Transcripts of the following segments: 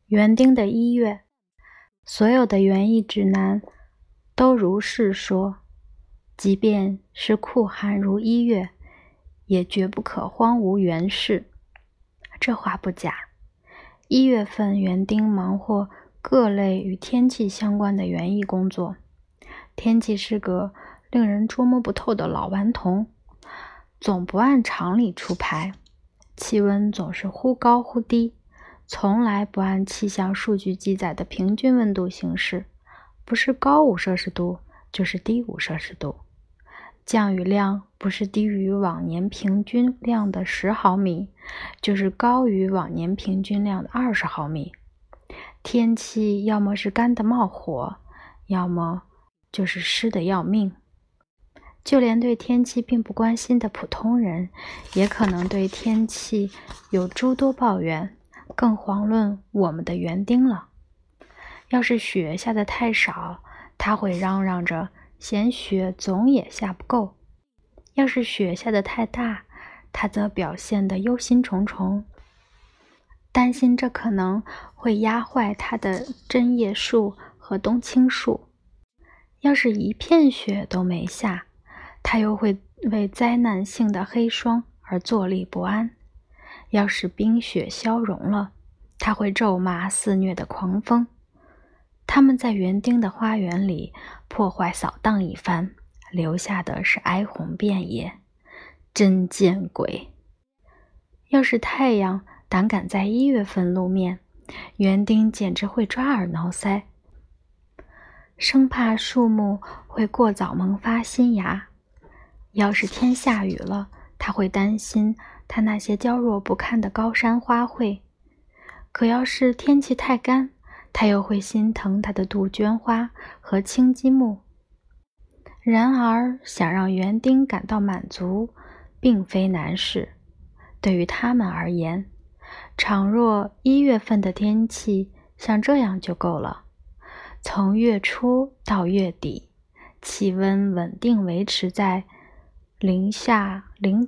园丁的1月，所有的园艺指南都如是说，即便是酷寒如1月，也绝不可荒芜园室。这话不假。1月份，园丁忙活各类与天气相关的园艺工作。天气是个令人捉摸不透的老顽童，总不按常理出牌，气温总是忽高忽低，从来不按气象数据记载的平均温度行事，不是高5摄氏度，就是低5摄氏度。降雨量不是低于往年平均量的10毫米，就是高于往年平均量的20毫米。天气要么是干得冒火，要么就是湿得要命。就连对天气并不关心的普通人，也可能对天气有诸多抱怨，更遑论我们的园丁了。要是雪下得太少，他会嚷嚷着嫌雪总也下不够；要是雪下得太大，他则表现得忧心忡忡，担心这可能会压坏他的针叶树和冬青树。要是一片雪都没下，他又会为灾难性的黑霜而坐立不安；要是冰雪消融了，他会咒骂肆虐的狂风。他们在园丁的花园里破坏扫荡一番，留下的是哀鸿遍野，真见鬼！要是太阳胆敢在1月份露面，园丁简直会抓耳挠腮，生怕树木会过早萌发新芽。要是天下雨了，他会担心他那些娇弱不堪的高山花卉；可要是天气太干，他又会心疼他的杜鹃花和青鸡木。然而，想让园丁感到满足，并非难事。对于他们而言，倘若1月份的天气像这样就够了：从月初到月底，气温稳定维持在零下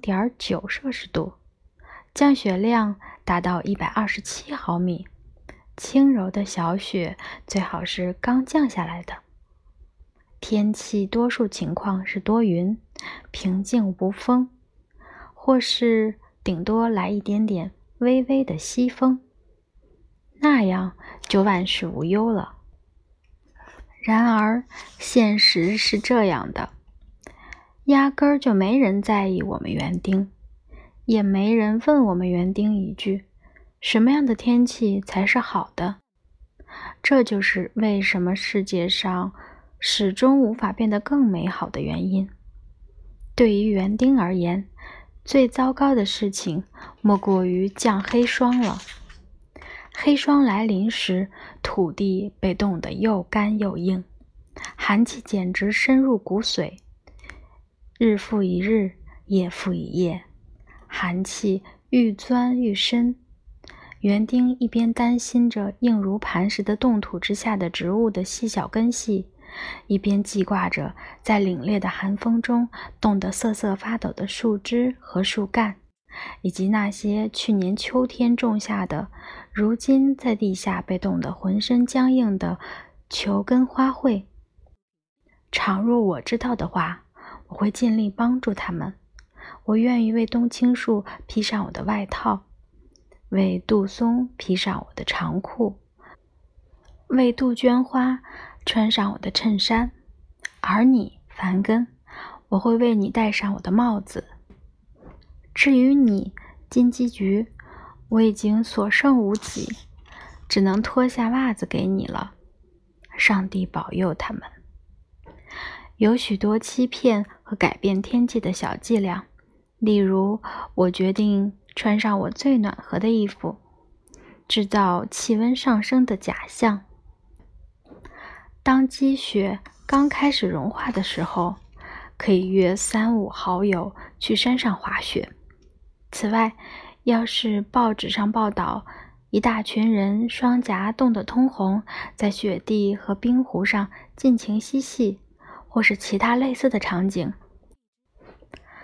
0.9 摄氏度，降雪量达到127毫米，轻柔的小雪最好是刚降下来的。天气多数情况是多云，平静无风，或是顶多来一点点微微的西风，那样就万事无忧了。然而，现实是这样的，压根儿就没人在意我们园丁，也没人问我们园丁一句，什么样的天气才是好的？这就是为什么世界上始终无法变得更美好的原因。对于园丁而言，最糟糕的事情莫过于降黑霜了。黑霜来临时，土地被冻得又干又硬，寒气简直深入骨髓，日复一日，夜复一夜，寒气愈钻愈深。园丁一边担心着硬如磐石的冻土之下的植物的细小根系，一边记挂着在凛冽的寒风中冻得瑟瑟发抖的树枝和树干，以及那些去年秋天种下的，如今在地下被冻得浑身僵硬的球根花卉。倘若我知道的话，我会尽力帮助他们。我愿意为冬青树披上我的外套，为杜松披上我的长裤，为杜鹃花穿上我的衬衫，而你，凡根，我会为你戴上我的帽子。至于你，金鸡菊，我已经所剩无几，只能脱下袜子给你了。上帝保佑他们。有许多欺骗和改变天气的小伎俩，例如，我决定穿上我最暖和的衣服，制造气温上升的假象。当积雪刚开始融化的时候，可以约3、5好友去山上滑雪。此外，要是报纸上报道一大群人双颊冻得通红，在雪地和冰湖上尽情嬉戏，或是其他类似的场景，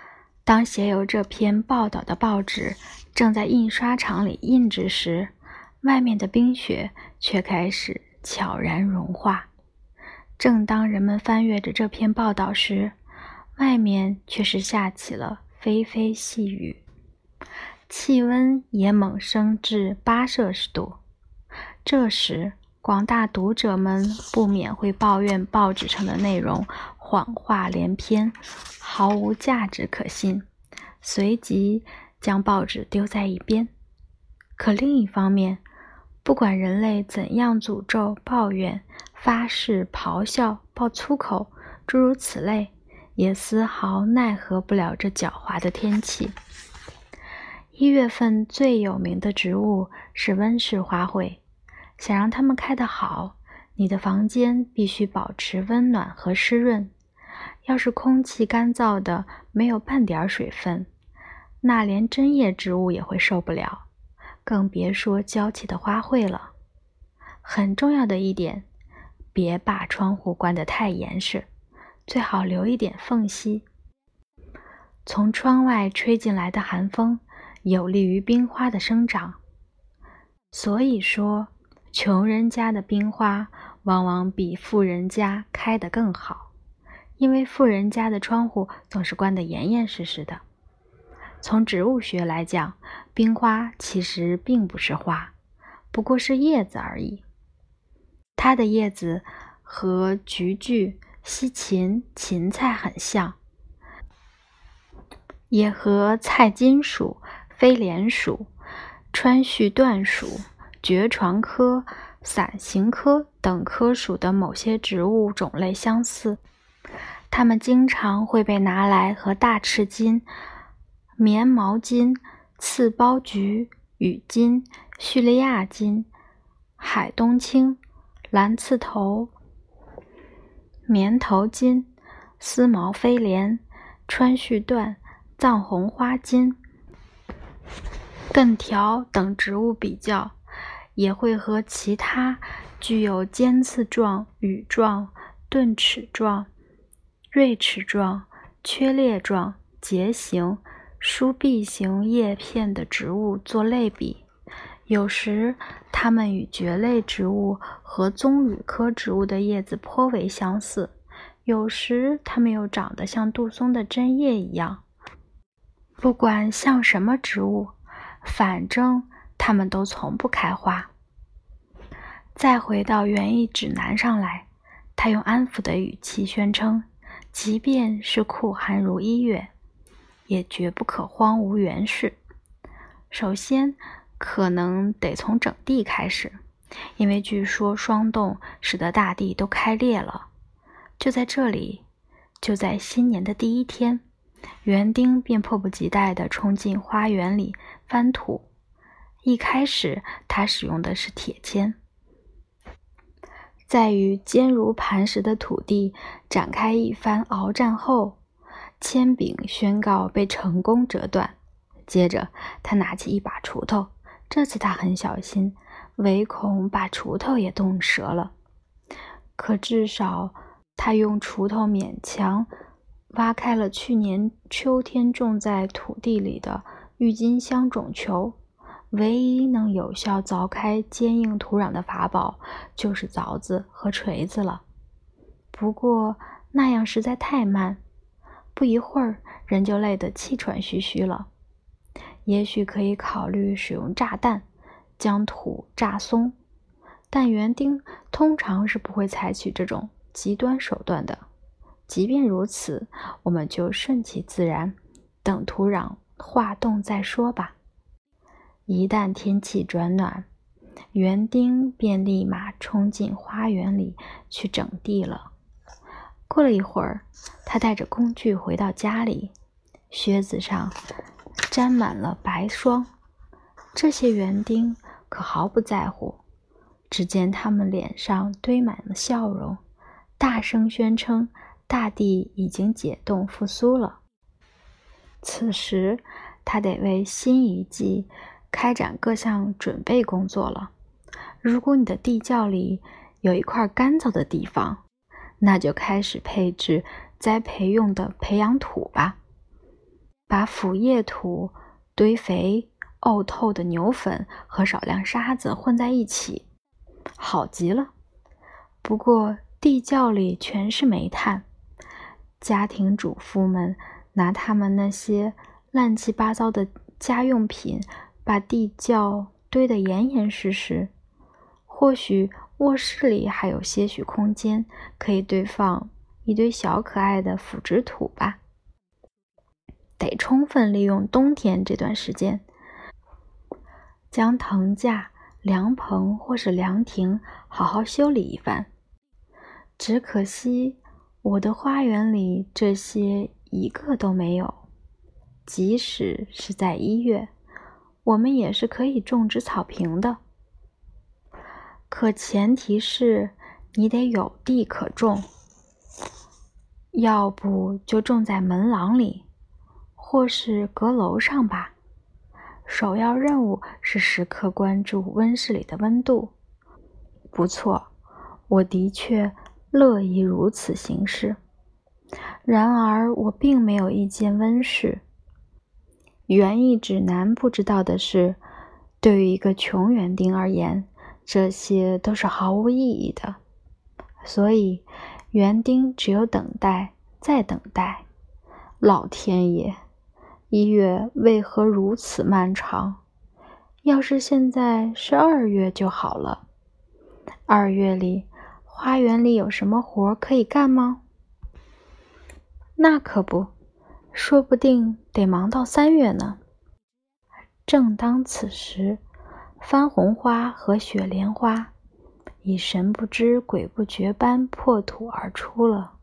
当写有这篇报道的报纸正在印刷厂里印制时， 外面的冰雪却开始悄然融化。正当人们翻阅着这篇报道时，外面却是下起了霏霏细雨，气温也猛升至8°C。这时，广大读者们不免会抱怨报纸上的内容谎话连篇，毫无价值可信，随即将报纸丢在一边。可另一方面，不管人类怎样诅咒、抱怨、发誓、咆哮、爆粗口，诸如此类，也丝毫奈何不了这狡猾的天气。1月份最有名的植物是温室花卉，想让它们开得好，你的房间必须保持温暖和湿润。要是空气干燥的没有半点水分，那连针叶植物也会受不了，更别说娇气的花卉了。很重要的一点，别把窗户关得太严实，最好留一点缝隙。从窗外吹进来的寒风有利于冰花的生长。所以说，穷人家的冰花往往比富人家开得更好，因为富人家的窗户总是关得严严实实的。从植物学来讲，冰花其实并不是花，不过是叶子而已。它的叶子和菊苣、西芹、芹菜很像，也和菜金属、飞莲属、川续断属、蕨床科、伞形科等科属的某些植物种类相似。它们经常会被拿来和大赤金、棉毛金、刺苞菊、羽金、叙利亚金、海东青、蓝刺头、棉头金、丝毛飞莲、川续断、藏红花金、艮条等植物比较，也会和其他具有尖刺状、羽状、钝齿状、锐齿状、缺裂状、节形、疏壁形叶片的植物做类比。有时它们与蕨类植物和棕榈科植物的叶子颇为相似，有时它们又长得像杜松的针叶一样。不管像什么植物，反正它们都从不开花。再回到园艺指南上来，他用安抚的语气宣称，即便是酷寒如1月，也绝不可荒芜园室。首先，可能得从整地开始，因为据说霜冻使得大地都开裂了。就在这里，就在新年的第1天，园丁便迫不及待地冲进花园里翻土。一开始他使用的是铁锨，在与坚如磐石的土地展开一番鏖战后，铅柄宣告被成功折断。接着他拿起一把锄头，这次他很小心，唯恐把锄头也冻折了。可至少他用锄头勉强挖开了去年秋天种在土地里的郁金香种球。唯一能有效凿开坚硬土壤的法宝就是凿子和锤子了。不过那样实在太慢，不一会儿人就累得气喘吁吁了。也许可以考虑使用炸弹将土炸松，但园丁通常是不会采取这种极端手段的。即便如此，我们就顺其自然，等土壤化冻再说吧。一旦天气转暖，园丁便立马冲进花园里去整地了。过了一会儿，他带着工具回到家里，靴子上沾满了白霜。这些园丁可毫不在乎，只见他们脸上堆满了笑容，大声宣称大地已经解冻复苏了。此时他得为新一季开展各项准备工作了。如果你的地窖里有一块干燥的地方，那就开始配置栽培用的培养土吧。把腐叶土堆肥、 沤透的牛粉和少量沙子混在一起，好极了。不过地窖里全是煤炭，家庭主妇们拿他们那些乱七八糟的家用品把地窖堆得严严实实。或许卧室里还有些许空间，可以堆放一堆小可爱的腐殖土吧。得充分利用冬天这段时间，将藤架、凉棚或是凉亭好好修理一番。只可惜我的花园里这些一个都没有。即使是在1月，我们也是可以种植草坪的。可前提是你得有地可种，要不就种在门廊里，或是阁楼上吧。首要任务是时刻关注温室里的温度。不错，我的确乐意如此行事。然而我并没有一间温室。园艺指南不知道的是，对于一个穷园丁而言，这些都是毫无意义的。所以园丁只有等待，再等待。老天爷，1月为何如此漫长？要是现在是2月就好了。2月里，花园里有什么活可以干吗？那可不，说不定得忙到3月呢。正当此时，番红花和雪莲花已神不知鬼不觉般破土而出了。